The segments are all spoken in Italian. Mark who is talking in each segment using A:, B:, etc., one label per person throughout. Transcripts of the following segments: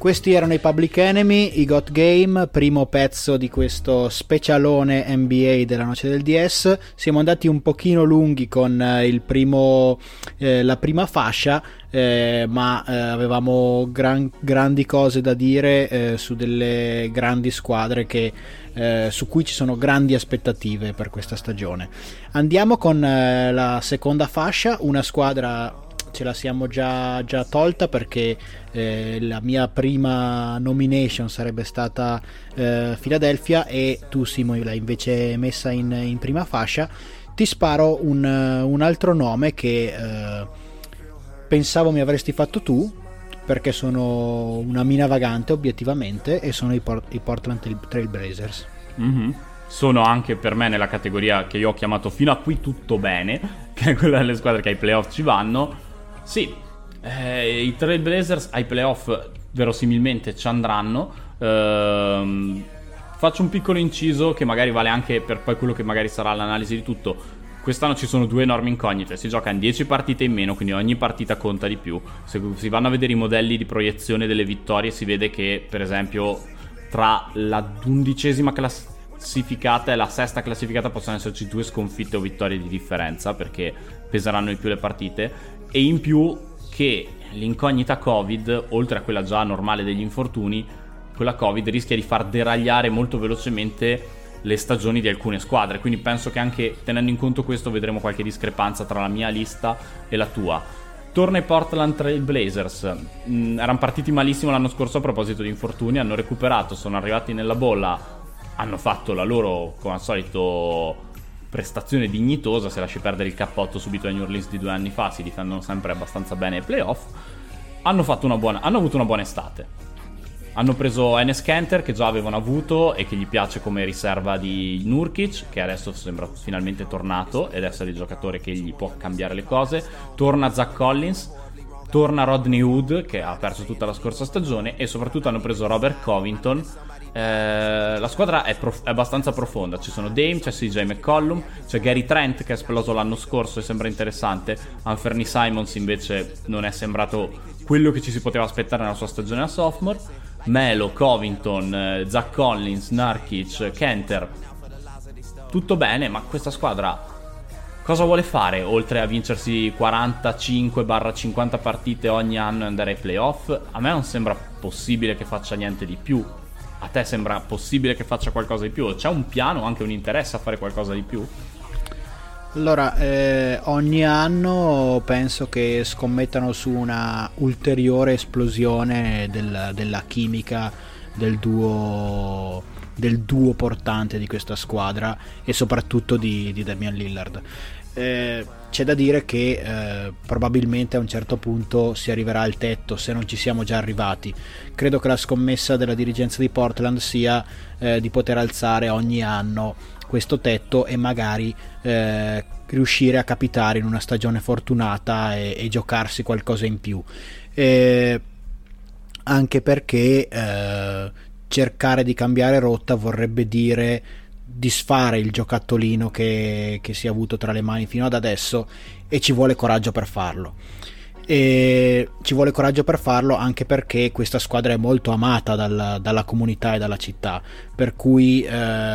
A: Questi erano i Public Enemy, i Got Game, primo pezzo di questo specialone NBA della noce del DS. Siamo andati un pochino lunghi con la prima fascia, ma avevamo grandi cose da dire su delle grandi squadre su cui ci sono grandi aspettative per questa stagione. Andiamo con la seconda fascia, una squadra ce la siamo già tolta perché la mia prima nomination sarebbe stata Philadelphia, e tu, Simo, l'hai invece messa in prima fascia. Ti sparo un altro nome che pensavo mi avresti fatto tu, perché sono una mina vagante obiettivamente, e sono i Portland Trail Blazers.
B: Mm-hmm. Sono anche per me nella categoria che io ho chiamato fino a qui tutto bene, che è quella delle squadre che ai playoff ci vanno. Sì, i Trail Blazers ai playoff verosimilmente ci andranno. Faccio un piccolo inciso che magari vale anche per poi quello che magari sarà l'analisi di tutto. Quest'anno ci sono due enormi incognite, si gioca in 10 partite in meno, quindi ogni partita conta di più. Se si vanno a vedere i modelli di proiezione delle vittorie, si vede che per esempio tra la 11ª classificata e la 6ª classificata possono esserci 2 sconfitte o vittorie di differenza, perché peseranno di più le partite. E in più che l'incognita Covid, oltre a quella già normale degli infortuni, quella Covid rischia di far deragliare molto velocemente le stagioni di alcune squadre, quindi penso che anche tenendo in conto questo vedremo qualche discrepanza tra la mia lista e la tua. Torna ai Portland Trail Blazers. Erano partiti malissimo l'anno scorso a proposito di infortuni, hanno recuperato, sono arrivati nella bolla, hanno fatto la loro, come al solito, prestazione dignitosa. Se lasci perdere il cappotto subito ai New Orleans di 2 anni fa, si difendono sempre abbastanza bene ai playoff. Hanno avuto una buona estate. Hanno preso Enes Kanter, che già avevano avuto e che gli piace come riserva di Nurkic, che adesso sembra finalmente tornato ed essere il giocatore che gli può cambiare le cose. Torna Zach Collins, torna Rodney Hood, che ha perso tutta la scorsa stagione, e soprattutto hanno preso Robert Covington. La squadra è abbastanza profonda, ci sono Dame, c'è CJ McCollum, c'è Gary Trent che è esploso l'anno scorso e sembra interessante. Anthony Simons invece non è sembrato quello che ci si poteva aspettare nella sua stagione da sophomore. Melo, Covington, Zach Collins, Nurkic, Kanter, tutto bene, ma questa squadra cosa vuole fare oltre a vincersi 45-50 partite ogni anno e andare ai playoff? A me non sembra possibile che faccia niente di più. A te sembra possibile che faccia qualcosa di più? C'è un piano, anche un interesse a fare qualcosa di più?
A: Allora, ogni anno penso che scommettano su una ulteriore esplosione della chimica del duo portante di questa squadra, e soprattutto di Damian Lillard. C'è da dire che probabilmente a un certo punto si arriverà al tetto, se non ci siamo già arrivati. Credo che la scommessa della dirigenza di Portland sia di poter alzare ogni anno questo tetto e magari riuscire a capitare in una stagione fortunata e giocarsi qualcosa in più, anche perché cercare di cambiare rotta vorrebbe dire disfare il giocattolino che si è avuto tra le mani fino ad adesso, e ci vuole coraggio per farlo. E ci vuole coraggio per farlo anche perché questa squadra è molto amata dalla comunità e dalla città, per cui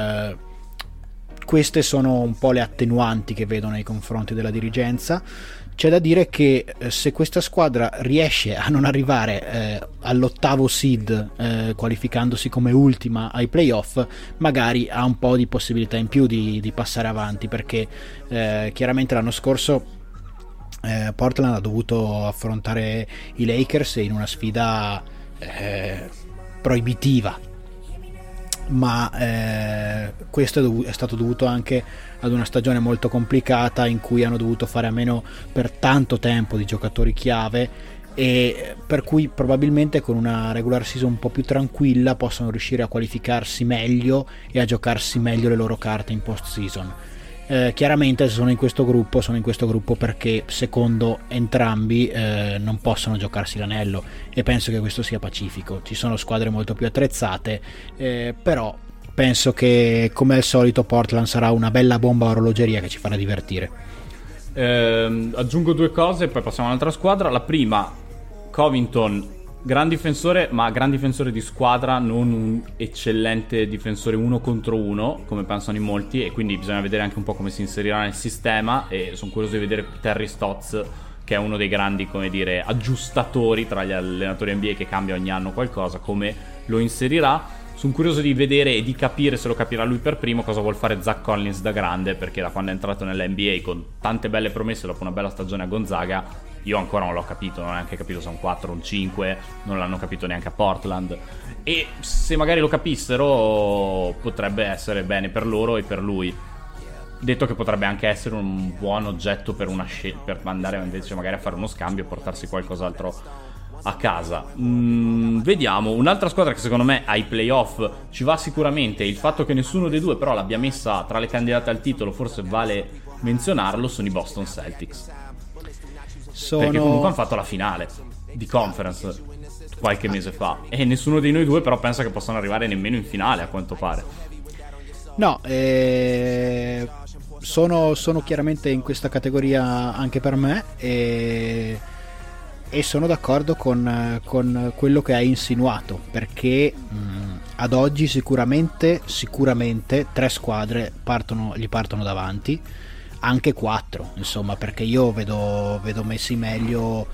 A: queste sono un po' le attenuanti che vedo nei confronti della dirigenza. C'è da dire che se questa squadra riesce a non arrivare all'8º seed, qualificandosi come ultima ai playoff, magari ha un po' di possibilità in più di passare avanti, perché chiaramente l'anno scorso Portland ha dovuto affrontare i Lakers in una sfida proibitiva, ma questo è stato dovuto anche ad una stagione molto complicata in cui hanno dovuto fare a meno per tanto tempo di giocatori chiave, e per cui probabilmente con una regular season un po' più tranquilla possono riuscire a qualificarsi meglio e a giocarsi meglio le loro carte in post season. Chiaramente se sono in questo gruppo perché secondo entrambi non possono giocarsi l'anello, e penso che questo sia pacifico. Ci sono squadre molto più attrezzate, però penso che come al solito Portland sarà una bella bomba a orologeria che ci farà divertire.
B: Aggiungo 2 cose e poi passiamo a un'altra squadra. La prima, Covington Gran difensore, ma gran difensore di squadra, non un eccellente difensore uno contro uno, come pensano in molti, e quindi bisogna vedere anche un po' come si inserirà nel sistema, e sono curioso di vedere Terry Stotts, che è uno dei grandi, come dire, aggiustatori tra gli allenatori NBA che cambia ogni anno qualcosa, come lo inserirà. Sono curioso di vedere e di capire, se lo capirà lui per primo, cosa vuol fare Zach Collins da grande, perché da quando è entrato nell'NBA con tante belle promesse dopo una bella stagione a Gonzaga, io ancora non l'ho capito, non ho neanche capito se è un 4 o un 5, non l'hanno capito neanche a Portland, e se magari lo capissero potrebbe essere bene per loro e per lui. Detto che potrebbe anche essere un buon oggetto per una per andare invece magari a fare uno scambio e portarsi qualcos'altro a casa. Vediamo. Un'altra squadra che secondo me ai playoff ci va sicuramente, il fatto che nessuno dei due però l'abbia messa tra le candidate al titolo, forse vale menzionarlo, sono i Boston Celtics. Perché comunque hanno fatto la finale di conference qualche mese fa, e nessuno dei noi due però pensa che possano arrivare nemmeno in finale, a quanto pare.
A: No, sono chiaramente in questa categoria anche per me, e sono d'accordo con quello che hai insinuato, perché ad oggi sicuramente 3 squadre gli partono davanti, anche 4, insomma, perché io vedo messi meglio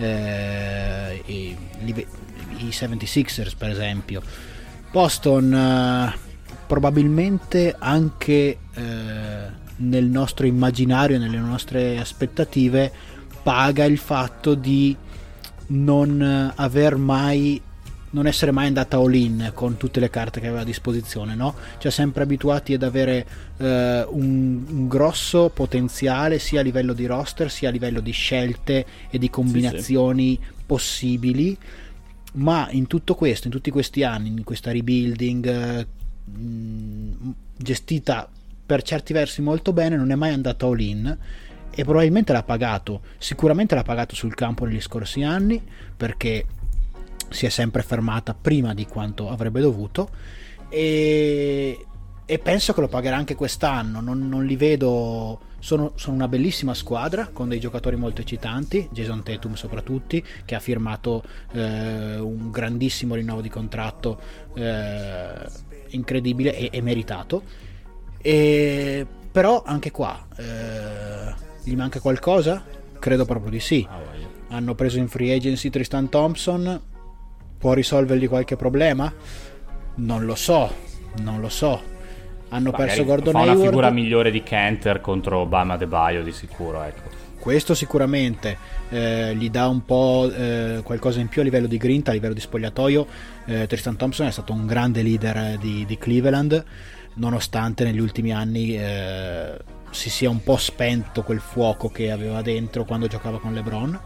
A: i 76ers per esempio. Boston probabilmente anche nel nostro immaginario, nelle nostre aspettative, paga il fatto di non essere mai andata all in con tutte le carte che aveva a disposizione, no? Cioè sempre abituati ad avere un grosso potenziale sia a livello di roster sia a livello di scelte e di combinazioni possibili, ma in tutto questo, in tutti questi anni, in questa rebuilding gestita per certi versi molto bene, non è mai andato all in, e probabilmente sicuramente l'ha pagato sul campo negli scorsi anni, perché si è sempre fermata prima di quanto avrebbe dovuto, e penso che lo pagherà anche quest'anno. Non li vedo, sono una bellissima squadra con dei giocatori molto eccitanti, Jason Tatum soprattutto, che ha firmato un grandissimo rinnovo di contratto, incredibile e meritato, però anche qua gli manca qualcosa? Credo proprio di sì. Hanno preso in free agency Tristan Thompson, può risolvergli qualche problema? Non lo so. Hanno perso Gordon Hayward.
B: Fa una figura migliore di Kanter contro Bam Adebayo di sicuro, ecco.
A: Questo sicuramente gli dà un po' qualcosa in più a livello di grinta, a livello di spogliatoio. Tristan Thompson è stato un grande leader di Cleveland, nonostante negli ultimi anni si sia un po' spento quel fuoco che aveva dentro quando giocava con LeBron,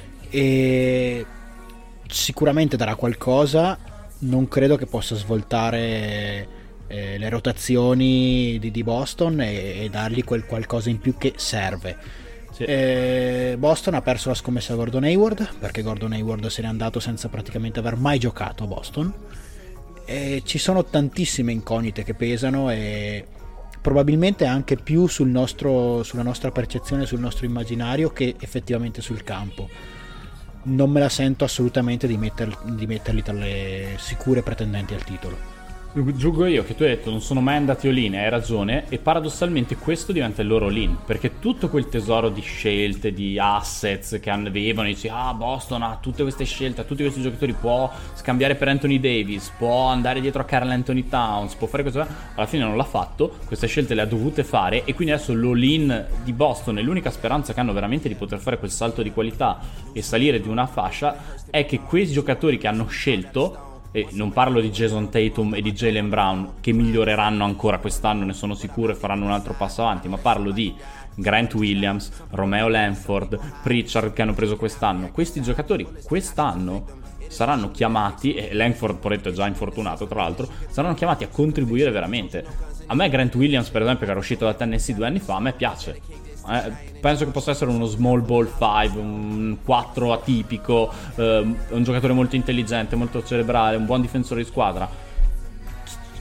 A: e sicuramente darà qualcosa. Non credo che possa svoltare le rotazioni di Boston e dargli quel qualcosa in più che serve. Sì. Boston ha perso la scommessa a Gordon Hayward, perché Gordon Hayward se n'è andato senza praticamente aver mai giocato a Boston, e ci sono tantissime incognite che pesano, e probabilmente anche più sulla nostra percezione, sul nostro immaginario, che effettivamente sul campo. Non me la sento assolutamente di metterli tra le sicure pretendenti al titolo.
B: Giugo io che tu hai detto non sono mai andati all-in, hai ragione, e paradossalmente questo diventa il loro all-in, perché tutto quel tesoro di scelte, di assets che avevano, dici Boston ha tutte queste scelte, ha tutti questi giocatori, può scambiare per Anthony Davis, può andare dietro a Karl Anthony Towns, può fare questo, alla fine non l'ha fatto, queste scelte le ha dovute fare, e quindi adesso l'all-in di Boston è l'unica speranza che hanno veramente di poter fare quel salto di qualità e salire di una fascia, è che quei giocatori che hanno scelto, e non parlo di Jason Tatum e di Jaylen Brown che miglioreranno ancora quest'anno, ne sono sicuro, e faranno un altro passo avanti, ma parlo di Grant Williams, Romeo Langford, Pritchard che hanno preso quest'anno. Questi giocatori quest'anno saranno chiamati, e Langford poretto è già infortunato tra l'altro, saranno chiamati a contribuire veramente. A me Grant Williams per esempio, che era uscito da Tennessee 2 anni fa, a me piace. Penso che possa essere uno small ball 5, un 4 atipico, un giocatore molto intelligente, molto cerebrale, un buon difensore di squadra.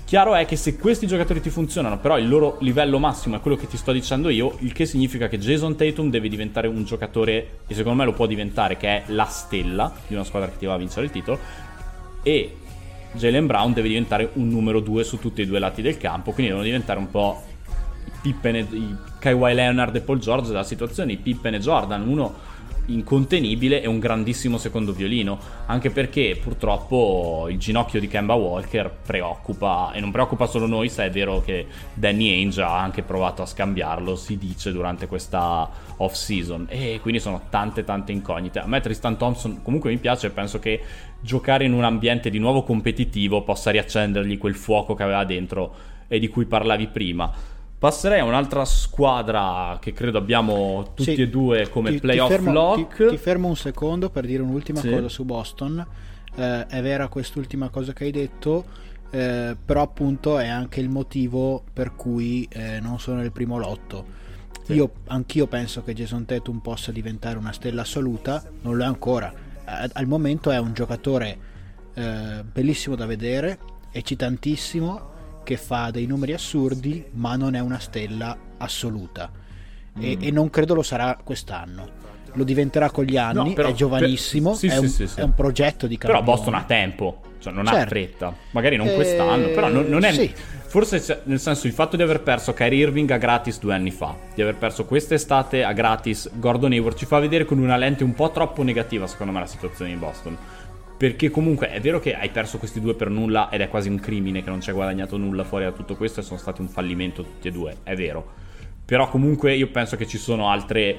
B: Chiaro è che se questi giocatori ti funzionano, però il loro livello massimo è quello che ti sto dicendo io, il che significa che Jason Tatum deve diventare un giocatore, e secondo me lo può diventare, che è la stella di una squadra che ti va a vincere il titolo, e Jaylen Brown deve diventare un numero 2 su tutti e due lati del campo, quindi devono diventare un po' i Pippen i Kawhi Leonard e Paul George della situazione, i Pippen e Jordan, uno incontenibile e un grandissimo secondo violino, anche perché purtroppo il ginocchio di Kemba Walker preoccupa, e non preoccupa solo noi, se è vero che Danny Ainge ha anche provato a scambiarlo, si dice, durante questa off season, e quindi sono tante incognite. A me Tristan Thompson comunque mi piace, e penso che giocare in un ambiente di nuovo competitivo possa riaccendergli quel fuoco che aveva dentro e di cui parlavi prima. Passerei a un'altra squadra che credo abbiamo tutti e due come playoff lock.
A: Ti fermo un secondo per dire un'ultima cosa su Boston. È vera quest'ultima cosa che hai detto, però appunto è anche il motivo per cui non sono nel primo lotto. Anch'io penso che Jason Tatum possa diventare una stella assoluta, non lo è ancora. Al momento è un giocatore bellissimo da vedere, eccitantissimo, che fa dei numeri assurdi, ma non è una stella assoluta, e non credo lo sarà quest'anno. Lo diventerà con gli anni, è giovanissimo, è un progetto di campione.
B: Però Boston ha tempo, cioè non ha fretta, magari non quest'anno, però non è forse, nel senso, il fatto di aver perso Kyrie Irving a gratis 2 anni fa, di aver perso quest'estate a gratis Gordon Hayward, ci fa vedere con una lente un po' troppo negativa, secondo me, la situazione di Boston. Perché comunque è vero che hai perso questi due per nulla, ed è quasi un crimine che non ci hai guadagnato nulla fuori da tutto questo, e sono stati un fallimento tutti e due, è vero. Però comunque io penso che ci sono altre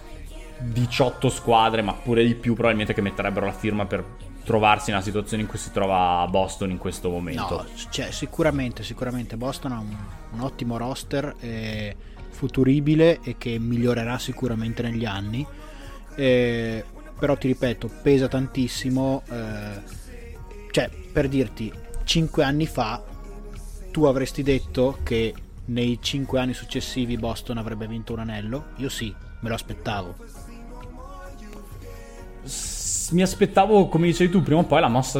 B: 18 squadre, ma pure di più probabilmente, che metterebbero la firma per trovarsi nella situazione in cui si trova Boston in questo momento.
A: No, cioè sicuramente Boston ha un ottimo roster, futuribile, e che migliorerà sicuramente negli anni. Però ti ripeto, pesa tantissimo, cioè, per dirti, 5 anni fa tu avresti detto che nei 5 anni successivi Boston avrebbe vinto un anello? Io sì, me lo aspettavo.
B: Mi aspettavo, come dicevi tu, prima o poi la mossa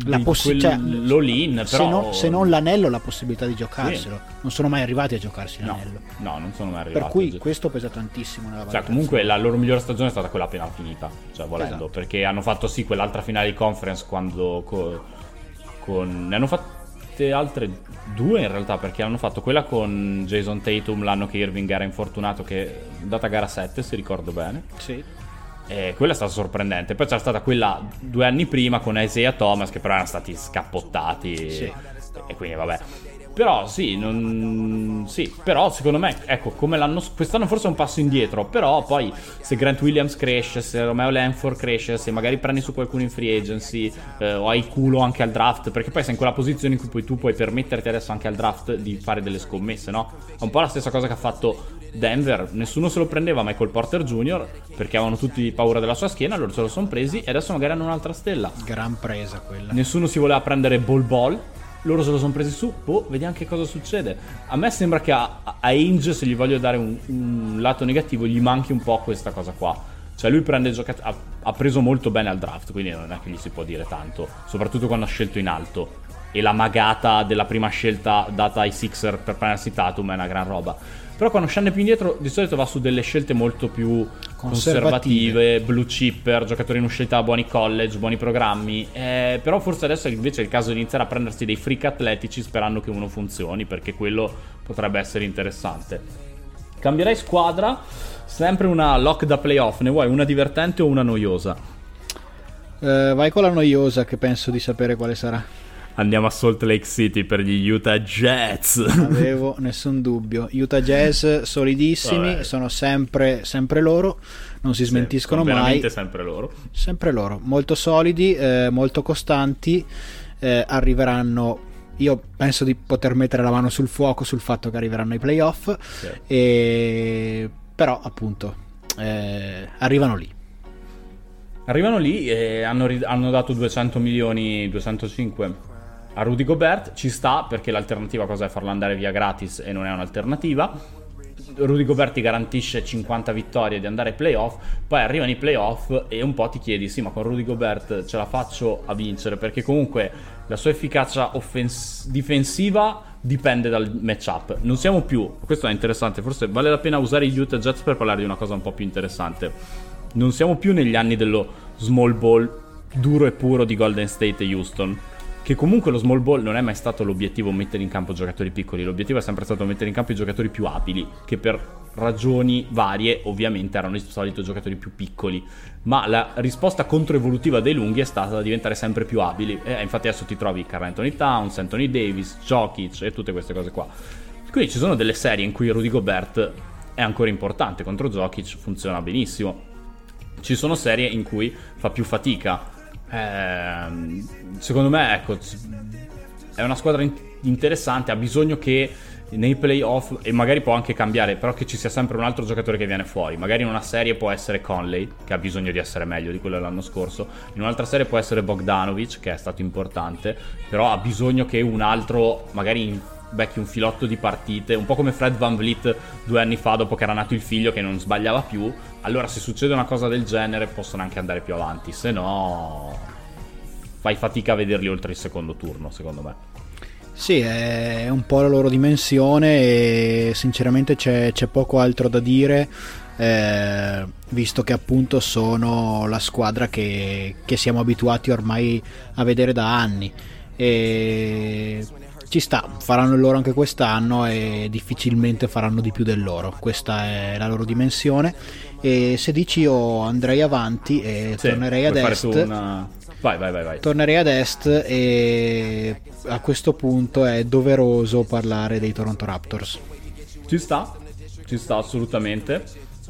B: l'all-in, però
A: se non l'anello, la possibilità di giocarselo. Non sono mai arrivati a giocarsi l'anello.
B: No, non sono mai arrivati.
A: Per cui questo pesa tantissimo nella valutazione.
B: Cioè, comunque la loro migliore stagione è stata quella appena finita, cioè volendo, esatto. Perché hanno fatto quell'altra finale di conference quando ne hanno fatte altre 2 in realtà, perché hanno fatto quella con Jason Tatum l'anno che Irving era infortunato, che è andata a gara 7, se ricordo bene.
A: Sì.
B: E quella è stata sorprendente. Poi c'era stata quella 2 anni prima con Isaiah Thomas, che però erano stati scappottati,
A: sì.
B: E quindi vabbè. Però però secondo me, ecco, come quest'anno forse è un passo indietro, però poi se Grant Williams cresce, se Romeo Lanford cresce, se magari prendi su qualcuno in free agency, o hai culo anche al draft, perché poi sei in quella posizione in cui poi tu puoi permetterti adesso anche al draft di fare delle scommesse, no? È un po' la stessa cosa che ha fatto Denver. Nessuno se lo prendeva Michael Porter Jr. perché avevano tutti paura della sua schiena, loro se lo sono presi e adesso magari hanno un'altra stella.
A: Gran presa quella.
B: Nessuno si voleva prendere Ball, loro se lo sono presi su, vediamo che cosa succede. A me sembra che a Ainge, se gli voglio dare un lato negativo, gli manchi un po' questa cosa qua. Cioè lui ha preso molto bene al draft, quindi non è che gli si può dire tanto, soprattutto quando ha scelto in alto, e la magata della prima scelta data ai Sixer per prendersi Tatum è una gran roba. Però quando scende più indietro di solito va su delle scelte molto più conservative, blue chipper, giocatori in uscita a buoni college, buoni programmi, però forse adesso invece è il caso di iniziare a prendersi dei freak atletici sperando che uno funzioni, perché quello potrebbe essere interessante. Cambierei squadra, sempre una lock da playoff. Ne vuoi una divertente o una noiosa?
A: Vai con la noiosa, che penso di sapere quale sarà.
B: Andiamo a Salt Lake City per gli Utah Jazz.
A: Non avevo nessun dubbio. Utah Jazz solidissimi. Vabbè. Sono sempre loro, non si smentiscono mai.
B: Veramente sempre loro. Molto solidi, molto costanti. Arriveranno. Io penso di poter mettere la mano sul fuoco sul fatto che arriveranno ai playoff. Sì. Però appunto arrivano lì. E hanno dato 200 milioni, 205 a Rudy Gobert. Ci sta, perché l'alternativa cosa è? Farlo andare via gratis, e non è un'alternativa. Rudy Gobert ti garantisce 50 vittorie di andare ai playoff, poi arrivano i playoff e un po' ti chiedi sì, ma con Rudy Gobert ce la faccio a vincere, perché comunque la sua efficacia difensiva dipende dal matchup. Non siamo più, questo è interessante, forse vale la pena usare gli Utah Jazz per parlare di una cosa un po' più interessante. Non siamo più negli anni dello small ball duro e puro di Golden State e Houston, che comunque lo small ball non è mai stato l'obiettivo mettere in campo giocatori piccoli, l'obiettivo è sempre stato mettere in campo i giocatori più abili, che per ragioni varie ovviamente erano di solito giocatori più piccoli, ma la risposta controevolutiva dei lunghi è stata da diventare sempre più abili, e infatti adesso ti trovi Karl Anthony Towns, Anthony Davis, Jokic e tutte queste cose qua. Quindi ci sono delle serie in cui Rudy Gobert è ancora importante, contro Jokic funziona benissimo, ci sono serie in cui fa più fatica. Secondo me, ecco, è una squadra interessante, ha bisogno che nei playoff, e magari può anche cambiare, però che ci sia sempre un altro giocatore che viene fuori. Magari in una serie può essere Conley, che ha bisogno di essere meglio di quello dell'anno scorso, in un'altra serie può essere Bogdanovic, che è stato importante, però ha bisogno che un altro magari becchi un filotto di partite, un po' come Fred VanVleet 2 anni fa, dopo che era nato il figlio che non sbagliava più. Allora se succede una cosa del genere possono anche andare più avanti, se no fai fatica a vederli oltre il secondo turno, secondo me.
A: Sì, è un po' la loro dimensione e sinceramente c'è poco altro da dire, visto che appunto sono la squadra che siamo abituati ormai a vedere da anni, e ci sta, faranno il loro anche quest'anno e difficilmente faranno di più del loro, questa è la loro dimensione. E se dici io andrei avanti e
B: sì,
A: tornerei ad est.
B: Vai.
A: Tornerei ad est e a questo punto è doveroso parlare dei Toronto Raptors.
B: Ci sta assolutamente.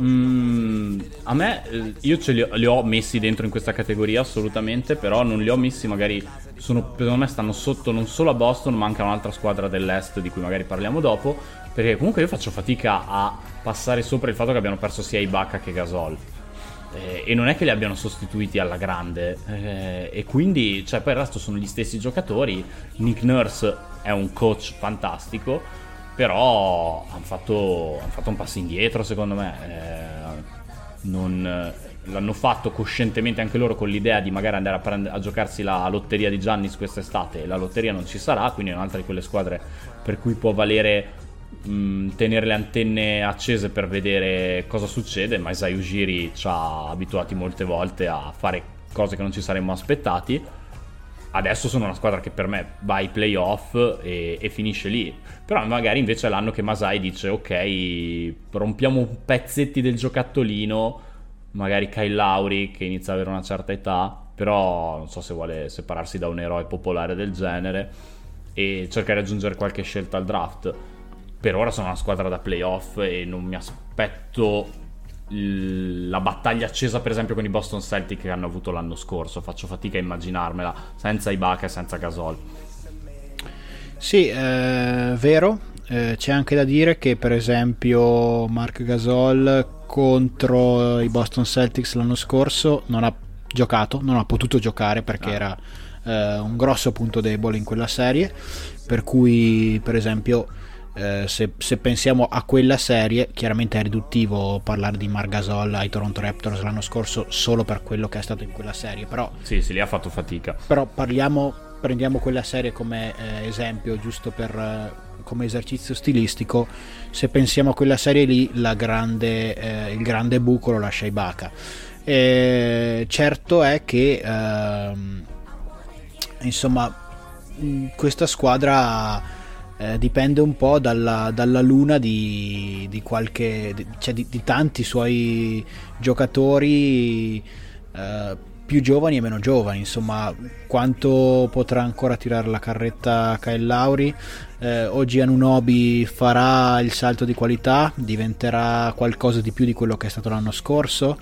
B: A me, io li ho messi dentro in questa categoria assolutamente, però non li ho messi, magari secondo me stanno sotto non solo a Boston ma anche a un'altra squadra dell'est di cui magari parliamo dopo, perché comunque io faccio fatica a passare sopra il fatto che abbiano perso sia Ibaka che Gasol, e non è che li abbiano sostituiti alla grande, e quindi cioè, poi il resto sono gli stessi giocatori. Nick Nurse è un coach fantastico, però hanno fatto un passo indietro secondo me, l'hanno fatto coscientemente anche loro, con l'idea di magari andare a giocarsi la lotteria di Giannis quest'estate. La lotteria non ci sarà, quindi è un'altra di quelle squadre per cui può valere tenere le antenne accese per vedere cosa succede, ma Masai Ujiri ci ha abituati molte volte a fare cose che non ci saremmo aspettati. Adesso sono una squadra che per me va ai playoff e finisce lì, però magari invece è l'anno che Masai dice ok, rompiamo pezzetti del giocattolino, magari Kyle Lowry che inizia ad avere una certa età, però non so se vuole separarsi da un eroe popolare del genere, e cercare di aggiungere qualche scelta al draft. Per ora sono una squadra da playoff e non mi aspetto la battaglia accesa per esempio con i Boston Celtics che hanno avuto l'anno scorso. Faccio fatica a immaginarmela senza Ibaka e senza Gasol.
A: Sì, vero. C'è anche da dire che per esempio Marc Gasol contro i Boston Celtics l'anno scorso non ha potuto giocare perché era un grosso punto debole in quella serie, per cui per esempio se pensiamo a quella serie, chiaramente è riduttivo parlare di Marc Gasol ai Toronto Raptors l'anno scorso solo per quello che è stato in quella serie, però
B: sì, lì ha fatto fatica.
A: Però prendiamo quella serie come esempio, giusto come esercizio stilistico. Se pensiamo a quella serie lì, il grande buco lo lascia Ibaka. Certo è che insomma questa squadra dipende un po' dalla luna di tanti suoi giocatori più giovani e meno giovani. Insomma, quanto potrà ancora tirare la carretta Kyle Lowry? OG Anunoby farà il salto di qualità, diventerà qualcosa di più di quello che è stato l'anno scorso.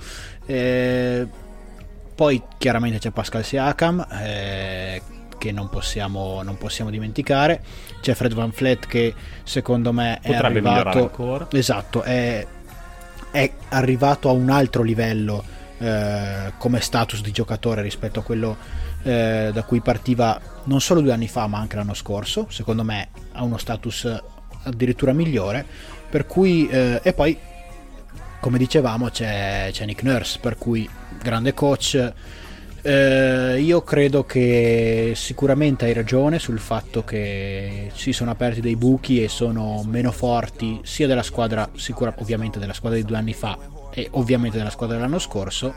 A: Poi chiaramente c'è Pascal Siakam, che non possiamo dimenticare. C'è Fred VanVleet che secondo me
B: potrebbe migliorare ancora.
A: Esatto, è arrivato a un altro livello come status di giocatore rispetto a quello da cui partiva non solo 2 anni fa ma anche l'anno scorso. Secondo me ha uno status addirittura migliore, per cui e poi come dicevamo c'è Nick Nurse, per cui grande coach. Io credo che sicuramente hai ragione sul fatto che si sono aperti dei buchi e sono meno forti sia della squadra, ovviamente della squadra di 2 anni fa e ovviamente della squadra dell'anno scorso.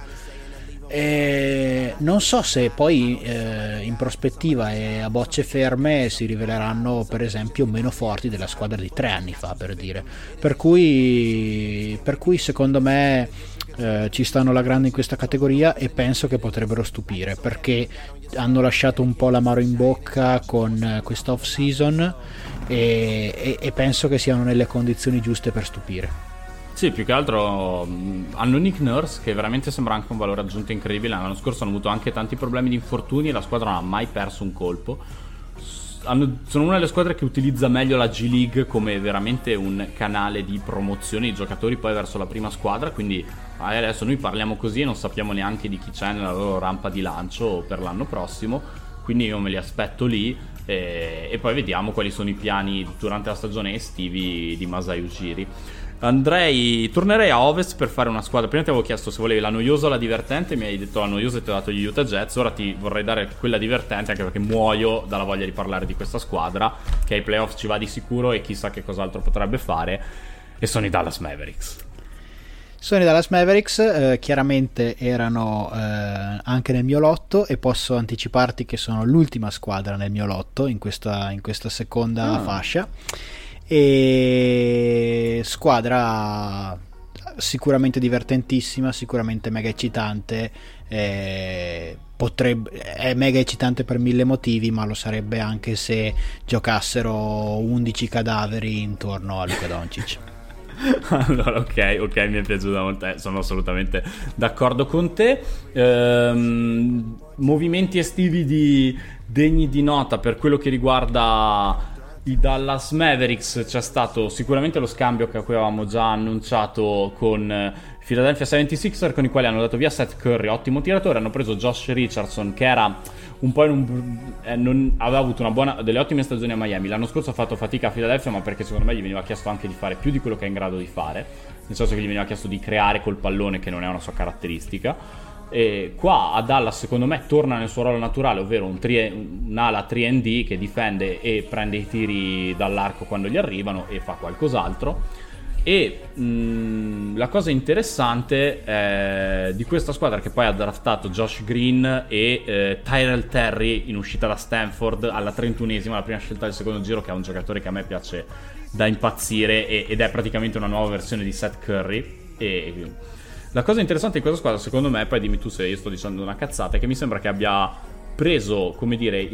A: Non so se poi in prospettiva e a bocce ferme si riveleranno per esempio meno forti della squadra di 3 anni fa, per dire, per cui secondo me ci stanno alla grande in questa categoria e penso che potrebbero stupire, perché hanno lasciato un po' l'amaro in bocca con questa off season e penso che siano nelle condizioni giuste per stupire.
B: Sì, più che altro hanno Nick Nurse, che veramente sembra anche un valore aggiunto incredibile. L'anno scorso hanno avuto anche tanti problemi di infortuni e la squadra non ha mai perso un colpo. Sono una delle squadre che utilizza meglio la G League come veramente un canale di promozione di giocatori poi verso la prima squadra, quindi adesso noi parliamo così e non sappiamo neanche di chi c'è nella loro rampa di lancio per l'anno prossimo, quindi io me li aspetto lì e poi vediamo quali sono i piani durante la stagione estivi di Masai Ujiri. Tornerei a Ovest per fare una squadra. Prima ti avevo chiesto se volevi la noiosa o la divertente, mi hai detto la noiosa e ti ho dato gli Utah Jazz. Ora ti vorrei dare quella divertente, anche perché muoio dalla voglia di parlare di questa squadra che ai playoff ci va di sicuro e chissà che cos'altro potrebbe fare, e sono i Dallas Mavericks.
A: Chiaramente erano anche nel mio lotto e posso anticiparti che sono l'ultima squadra nel mio lotto in questa seconda fascia. E squadra sicuramente divertentissima, sicuramente mega eccitante, è mega eccitante per 1000 motivi, ma lo sarebbe anche se giocassero 11 cadaveri intorno a Luka Doncic.
B: Allora ok, mi è piaciuta molto, sono assolutamente d'accordo con te. Movimenti estivi degni di nota per quello che riguarda i Dallas Mavericks. C'è stato sicuramente lo scambio che avevamo già annunciato con Philadelphia 76er, con i quali hanno dato via Seth Curry, ottimo tiratore. Hanno preso Josh Richardson, che era un po' aveva avuto delle ottime stagioni a Miami. L'anno scorso ha fatto fatica a Philadelphia, ma perché secondo me gli veniva chiesto anche di fare più di quello che è in grado di fare, nel senso che gli veniva chiesto di creare col pallone, che non è una sua caratteristica. E qua a Dallas secondo me torna nel suo ruolo naturale, ovvero un'ala 3&D che difende e prende i tiri dall'arco quando gli arrivano e fa qualcos'altro. E la cosa interessante di questa squadra, che poi ha draftato Josh Green e Tyrell Terry in uscita da Stanford alla 31esima, la prima scelta del secondo giro, che è un giocatore che a me piace da impazzire ed è praticamente una nuova versione di Seth Curry. E la cosa interessante di questa squadra, secondo me, poi dimmi tu se io sto dicendo una cazzata, è che mi sembra che abbia preso, come dire,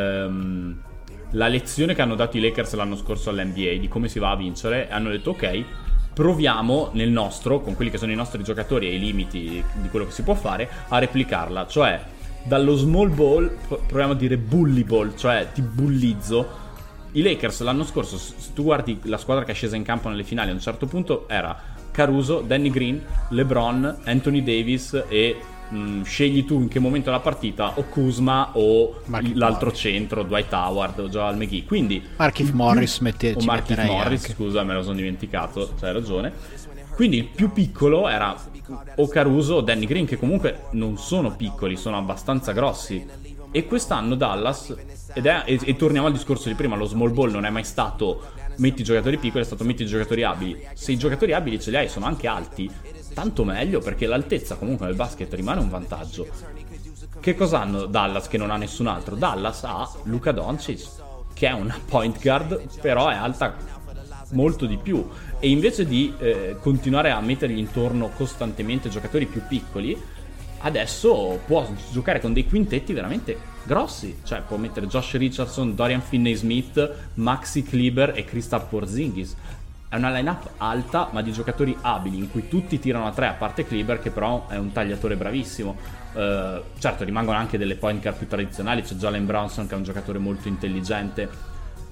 B: la lezione che hanno dato i Lakers l'anno scorso all'NBA di come si va a vincere, e hanno detto ok, proviamo nel nostro, con quelli che sono i nostri giocatori e i limiti di quello che si può fare, a replicarla. Cioè dallo small ball proviamo a dire bully ball, cioè ti bullizzo. I Lakers l'anno scorso, se tu guardi la squadra che è scesa in campo nelle finali, a un certo punto era Caruso, Danny Green, LeBron, Anthony Davis e scegli tu in che momento della partita, o Kuzma o l'altro centro, Dwight Howard o Joel McGee. Quindi
A: Markieff Morris
B: Morris, scusa, me lo sono dimenticato, c'hai ragione. Quindi il più piccolo era o Caruso o Danny Green, che comunque non sono piccoli, sono abbastanza grossi. E quest'anno Dallas, e torniamo al discorso di prima, lo small ball non è mai stato metti i giocatori piccoli, è stato metti i giocatori abili. Se i giocatori abili ce li hai, sono anche alti, tanto meglio, perché l'altezza comunque nel basket rimane un vantaggio. Che cosa hanno Dallas che non ha nessun altro? Dallas ha Luka Doncic, che è una point guard, però è alta molto di più, e invece di continuare a mettergli intorno costantemente giocatori più piccoli, adesso può giocare con dei quintetti veramente grossi. Cioè può mettere Josh Richardson, Dorian Finney-Smith, Maxi Kleber e Kristaps Porzingis. È una line-up alta, ma di giocatori abili, in cui tutti tirano a tre, a parte Kleber, che però è un tagliatore bravissimo. Certo, rimangono anche delle point guard più tradizionali. C'è Jalen Brunson, che è un giocatore molto intelligente.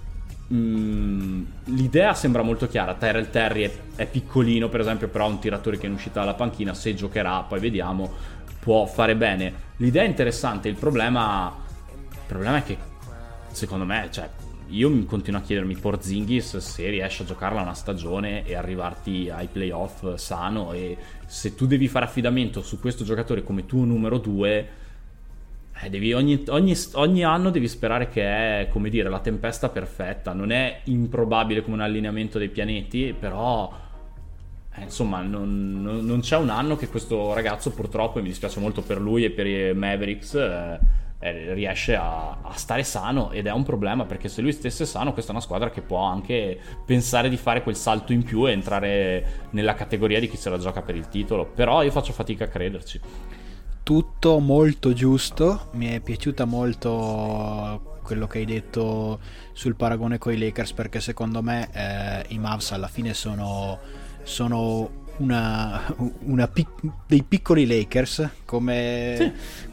B: L'idea sembra molto chiara. Tyrell Terry è piccolino, per esempio, però è un tiratore che in uscita dalla panchina, se giocherà, poi vediamo, può fare bene. L'idea è interessante. Il problema è che, secondo me, cioè, io continuo a chiedermi Porzingis se riesce a giocarla una stagione e arrivarti ai playoff sano, e se tu devi fare affidamento su questo giocatore come tuo numero 2, devi ogni anno devi sperare che è, come dire, la tempesta perfetta. Non è improbabile come un allineamento dei pianeti, però insomma non c'è un anno che questo ragazzo, purtroppo, e mi dispiace molto per lui e per i Mavericks, riesce a stare sano, ed è un problema, perché se lui stesse sano questa è una squadra che può anche pensare di fare quel salto in più e entrare nella categoria di chi se la gioca per il titolo, però io faccio fatica a crederci.
A: Tutto molto giusto, mi è piaciuta molto quello che hai detto sul paragone con i Lakers, perché secondo me i Mavs alla fine sono dei piccoli Lakers, come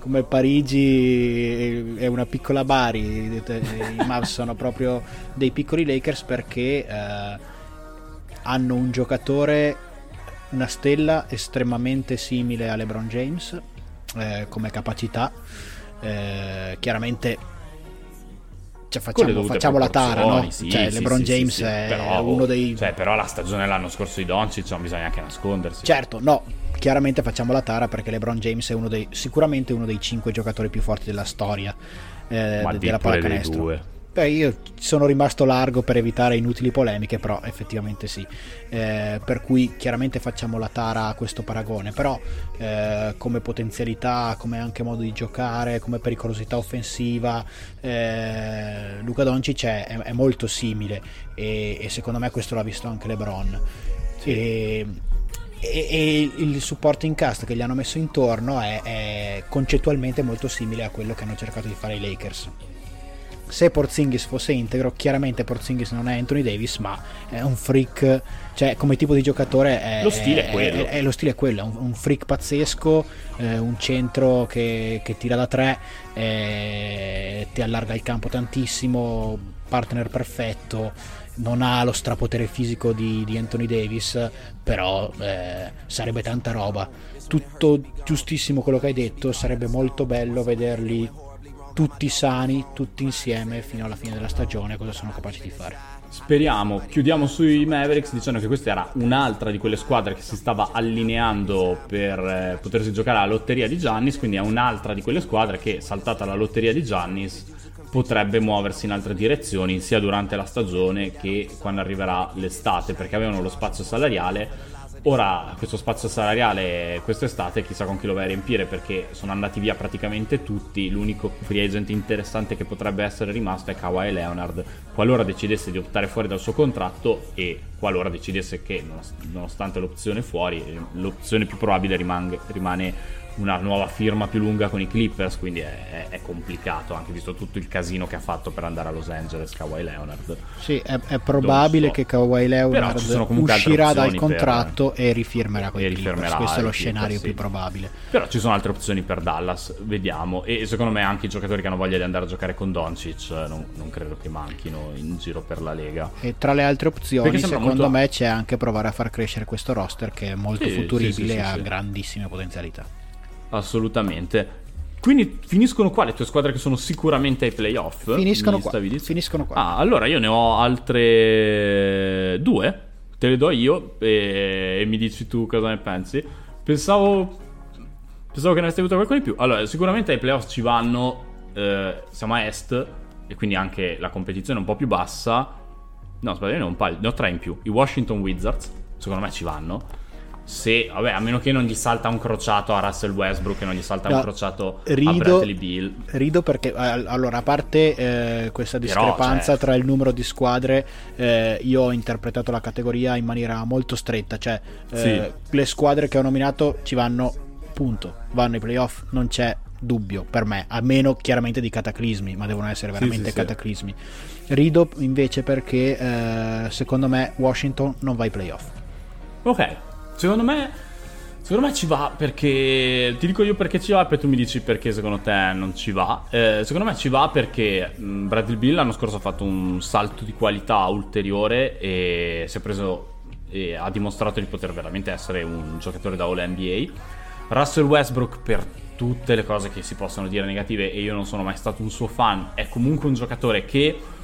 A: Parigi è una piccola Bari. I Mavs sono proprio dei piccoli Lakers perché hanno un giocatore, una stella estremamente simile a LeBron James come capacità, chiaramente, cioè facciamo la tara, no?
B: Sì,
A: cioè
B: sì,
A: LeBron
B: sì,
A: James
B: sì,
A: è
B: però,
A: uno dei,
B: però la stagione l'anno scorso di Doncic non bisogna anche nascondersi.
A: Certo, no, chiaramente facciamo la tara perché LeBron James è sicuramente uno dei 5 giocatori più forti della storia della pallacanestro. Io sono rimasto largo per evitare inutili polemiche, però effettivamente sì, per cui chiaramente facciamo la tara a questo paragone, però come potenzialità, come anche modo di giocare, come pericolosità offensiva, Luka Doncic è molto simile, e secondo me questo l'ha visto anche LeBron. Sì. E il supporting cast che gli hanno messo intorno è concettualmente molto simile a quello che hanno cercato di fare i Lakers. Se Porzingis fosse integro, chiaramente Porzingis non è Anthony Davis, ma è un freak, cioè come tipo di giocatore
B: lo stile è quello.
A: Lo stile è quello, un freak pazzesco, un centro che tira da 3, ti allarga il campo tantissimo, partner perfetto. Non ha lo strapotere fisico di Anthony Davis, però sarebbe tanta roba. Tutto giustissimo quello che hai detto, sarebbe molto bello vederli tutti sani, tutti insieme fino alla fine della stagione, cosa sono capaci di fare.
B: Speriamo. Chiudiamo sui Mavericks dicendo che questa era un'altra di quelle squadre che si stava allineando per potersi giocare alla lotteria di Giannis, quindi è un'altra di quelle squadre che, saltata la lotteria di Giannis, potrebbe muoversi in altre direzioni sia durante la stagione che quando arriverà l'estate, perché avevano lo spazio salariale. Ora questo spazio salariale quest'estate chissà con chi lo vai a riempire, perché sono andati via praticamente tutti. L'unico free agent interessante che potrebbe essere rimasto è Kawhi Leonard, qualora decidesse di optare fuori dal suo contratto, e qualora decidesse che, nonostante l'opzione fuori, l'opzione più probabile rimane una nuova firma più lunga con i Clippers, quindi è complicato, anche visto tutto il casino che ha fatto per andare a Los Angeles Kawhi Leonard.
A: Sì, è probabile che Kawhi Leonard uscirà dal contratto e rifirmerà con i Clippers. Questo è lo scenario più probabile.
B: Però ci sono altre opzioni per Dallas, vediamo, e secondo me anche i giocatori che hanno voglia di andare a giocare con Doncic non credo che manchino in giro per la Lega. E
A: tra le altre opzioni secondo me c'è anche provare a far crescere questo roster, che è molto futuribile e ha grandissime potenzialità.
B: Assolutamente. Quindi finiscono qua le tue squadre che sono sicuramente ai playoff?
A: Finiscono qua.
B: Allora io ne ho altre 2, te le do io e mi dici tu cosa ne pensi. Pensavo che ne avessi avuto qualcuno di più. Allora, sicuramente ai playoff ci vanno, siamo a est e quindi anche la competizione è un po' più bassa. No, aspetta, io ne ho 3 in più. I Washington Wizards, secondo me ci vanno. Se, vabbè, a meno che non gli salta un crociato a Russell Westbrook e non gli salta un crociato a Bradley Beal.
A: Rido perché, allora, a parte questa discrepanza tra il numero di squadre, io ho interpretato la categoria in maniera molto stretta, cioè le squadre che ho nominato ci vanno, punto, vanno ai playoff, non c'è dubbio per me, a meno chiaramente di cataclismi, ma devono essere veramente cataclismi. Rido invece perché secondo me Washington non va ai playoff.
B: Ok. Secondo me ci va, perché ti dico io perché ci va e poi tu mi dici perché secondo te non ci va. Secondo me ci va perché Bradley Beal l'anno scorso ha fatto un salto di qualità ulteriore e si è preso e ha dimostrato di poter veramente essere un giocatore da All NBA. Russell Westbrook, per tutte le cose che si possono dire negative, e io non sono mai stato un suo fan, è comunque un giocatore che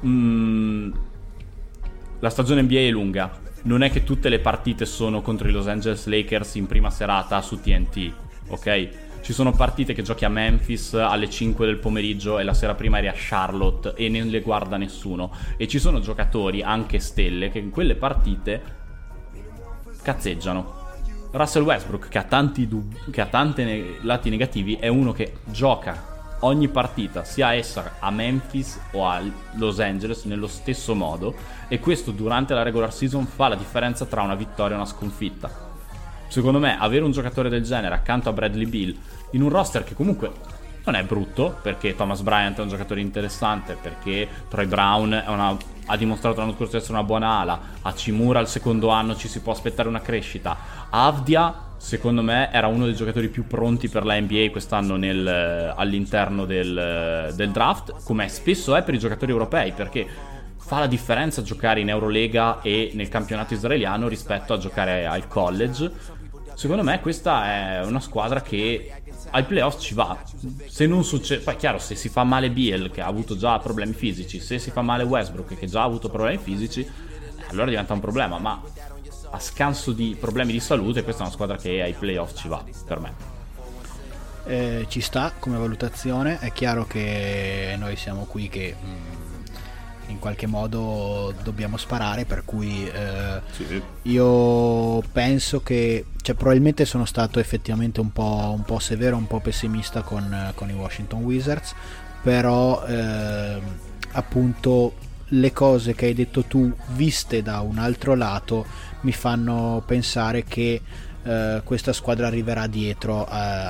B: la stagione NBA è lunga, non è che tutte le partite sono contro i Los Angeles Lakers in prima serata su TNT, ok? Ci sono partite che giochi a Memphis alle 5 del pomeriggio e la sera prima eri a Charlotte e non le guarda nessuno, e ci sono giocatori, anche stelle, che in quelle partite cazzeggiano. Russell Westbrook, che ha tanti lati negativi, è uno che gioca ogni partita, sia essa a Memphis o a Los Angeles, nello stesso modo, e questo durante la regular season fa la differenza tra una vittoria e una sconfitta. Secondo me avere un giocatore del genere accanto a Bradley Beal in un roster che comunque non è brutto, perché Thomas Bryant è un giocatore interessante, perché Troy Brown ha dimostrato l'anno scorso di essere una buona ala, a Hachimura al secondo anno ci si può aspettare una crescita, Avdia secondo me era uno dei giocatori più pronti per la NBA quest'anno all'interno del draft, come spesso è per i giocatori europei, perché fa la differenza giocare in Eurolega e nel campionato israeliano rispetto a giocare al college. Secondo me questa è una squadra che ai playoff ci va. Se non succede, poi è chiaro, se si fa male Beal, che ha avuto già problemi fisici, se si fa male Westbrook, che già ha avuto problemi fisici, allora diventa un problema. Ma a scanso di problemi di salute, questa è una squadra che ai playoff ci va, per me.
A: Ci sta come valutazione. È chiaro che noi siamo qui che in qualche modo dobbiamo sparare, per cui
B: sì.
A: Io penso che, cioè, probabilmente sono stato effettivamente un po' severo, un po' pessimista con i Washington Wizards, però appunto le cose che hai detto tu viste da un altro lato mi fanno pensare che questa squadra arriverà dietro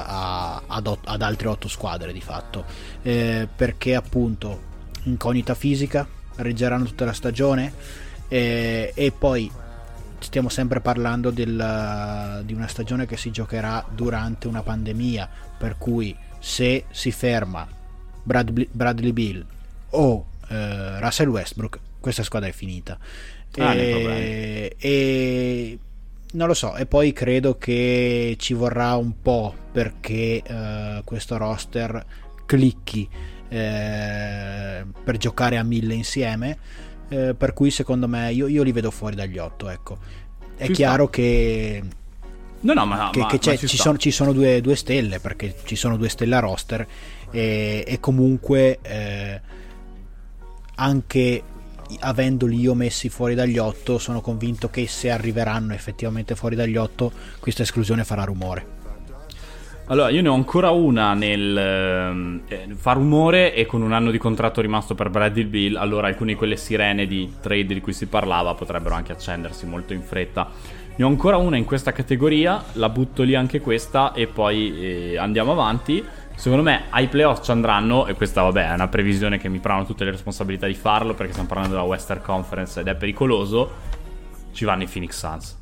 A: ad altre 8 squadre di fatto, perché appunto incognita fisica, reggeranno tutta la stagione, e poi stiamo sempre parlando di una stagione che si giocherà durante una pandemia, per cui se si ferma Bradley Beal o Russell Westbrook, questa squadra è finita. E non lo so, e poi credo che ci vorrà un po' perché questo roster clicchi per giocare a 1000 insieme, per cui secondo me io li vedo fuori dagli 8, ecco. È ci chiaro sta. Che ci sono due stelle, perché ci sono 2 stelle a roster, e comunque anche avendoli io messi fuori dagli 8 sono convinto che se arriveranno effettivamente fuori dagli 8 questa esclusione farà rumore.
B: Allora, io ne ho ancora una nel fa rumore, e con un anno di contratto rimasto per Bradley Beal, allora alcune di quelle sirene di trade di cui si parlava potrebbero anche accendersi molto in fretta. Ne ho ancora una in questa categoria, la butto lì anche questa e poi andiamo avanti. Secondo me ai playoff ci andranno, e questa vabbè è una previsione che mi prendono tutte le responsabilità di farlo, perché stiamo parlando della Western Conference ed è pericoloso, ci vanno i Phoenix Suns.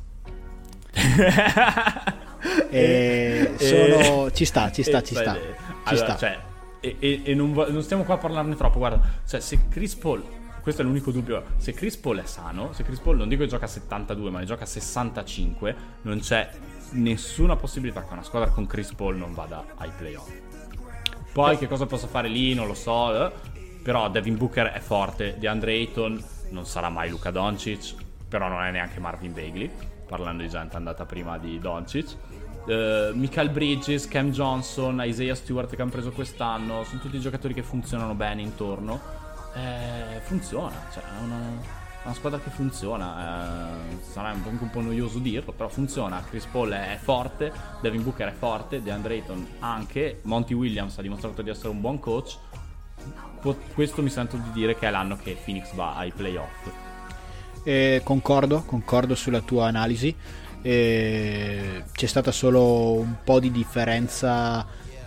A: Ci sta.
B: Cioè, non stiamo qua a parlarne troppo, guarda, cioè se Chris Paul, questo è l'unico dubbio, se Chris Paul è sano, se Chris Paul non dico che gioca a 72 ma ne gioca a 65, non c'è nessuna possibilità che una squadra con Chris Paul non vada ai playoff. Poi che cosa possa fare lì non lo so, però Devin Booker è forte, DeAndre Ayton non sarà mai Luka Doncic, però non è neanche Marvin Bagley, parlando di gente andata prima di Doncic. Michael Bridges, Cam Johnson, Isaiah Stewart che hanno preso quest'anno, sono tutti giocatori che funzionano bene intorno. Funziona, cioè è una squadra che funziona, sarà anche un po' noioso dirlo, però funziona. Chris Paul è forte, Devin Booker è forte, DeAndre Ayton anche, Monty Williams ha dimostrato di essere un buon coach. Questo mi sento di dire che è l'anno che Phoenix va ai playoff.
A: Concordo sulla tua analisi. C'è stata solo un po' di differenza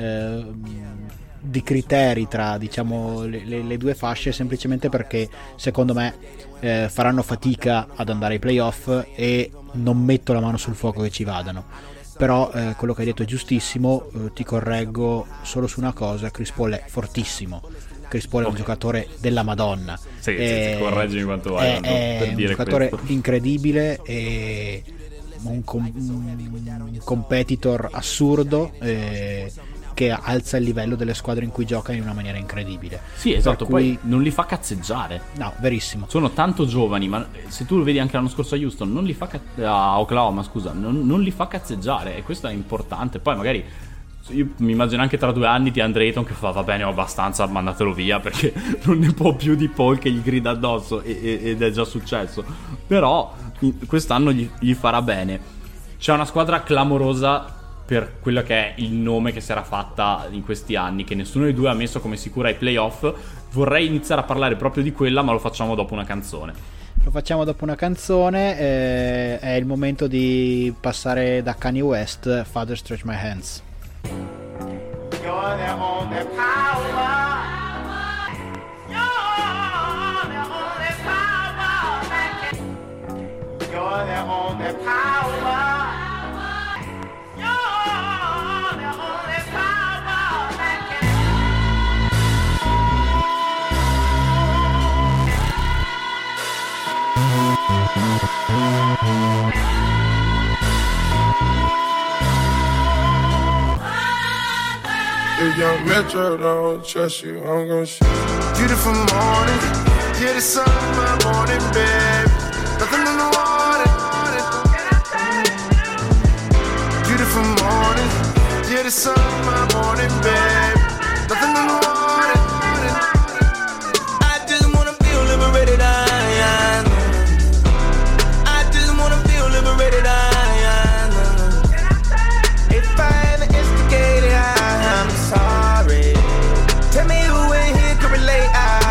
A: di criteri tra, diciamo, le due fasce, semplicemente perché secondo me faranno fatica ad andare ai playoff, e non metto la mano sul fuoco che ci vadano. Però quello che hai detto è giustissimo. Ti correggo solo su una cosa: Chris Paul è fortissimo, Chris Paul è un giocatore della Madonna.
B: Sì, correggimi quanto vuoi,
A: è un giocatore
B: questo
A: incredibile, e un competitor assurdo, che alza il livello delle squadre in cui gioca in una maniera incredibile.
B: Sì, esatto, poi non li fa cazzeggiare.
A: No, verissimo.
B: Sono tanto giovani, ma se tu lo vedi anche l'anno scorso a Houston, non li fa a Oklahoma, scusa, non li fa cazzeggiare, e questo è importante. Poi magari io mi immagino anche tra 2 anni di Andre Ayton che fa va bene, ho abbastanza, mandatelo via, perché non ne può più di Paul che gli grida addosso, ed è già successo. Però quest'anno gli farà bene. C'è una squadra clamorosa per quello che è il nome che si era fatta in questi anni, che nessuno dei due ha messo come sicura ai playoff. Vorrei iniziare a parlare proprio di quella, ma lo facciamo dopo una canzone.
A: Lo facciamo dopo una canzone, è il momento di passare da Kanye West, Father Stretch My Hands.
C: You're the only power. You're the only power that can. You're the only power. You're the only power that can.
D: If young Metro don't trust you, I'm gon' shoot.
C: Beautiful morning, yeah, the sun, my morning, babe. Nothing in the water. Beautiful morning, yeah, the sun, my morning, babe. Nothing in the water. I just wanna feel liberated, I just wanna feel liberated, if I ever instigated, I'm sorry. Tell me who in here can relate.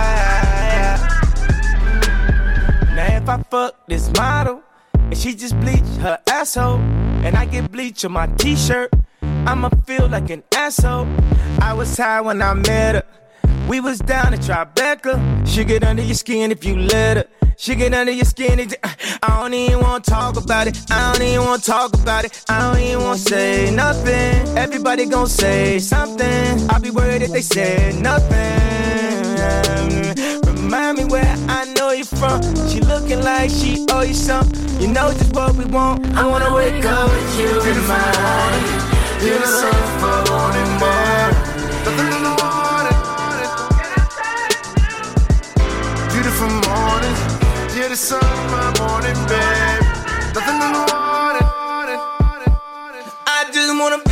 C: Now if I fuck this model and she just bleach her asshole, and I get bleach on my t-shirt, I'ma feel like an asshole. I was high when I met her. We was down at Tribeca. She get under your skin if you let her. She get under your skin. I don't even wanna talk about it. I don't even wanna talk about it. I don't even wanna say nothing. Everybody gon' say something. I'll be worried if they say nothing. Remind me where I know you from. She looking like she owe you something. You know just what we want. I wanna wake up with you in my heart. You're the sun for wanting more. Nothing in the water. Beautiful morning. Yeah, the sun, my morning, babe. Nothing in the water. I just wanna be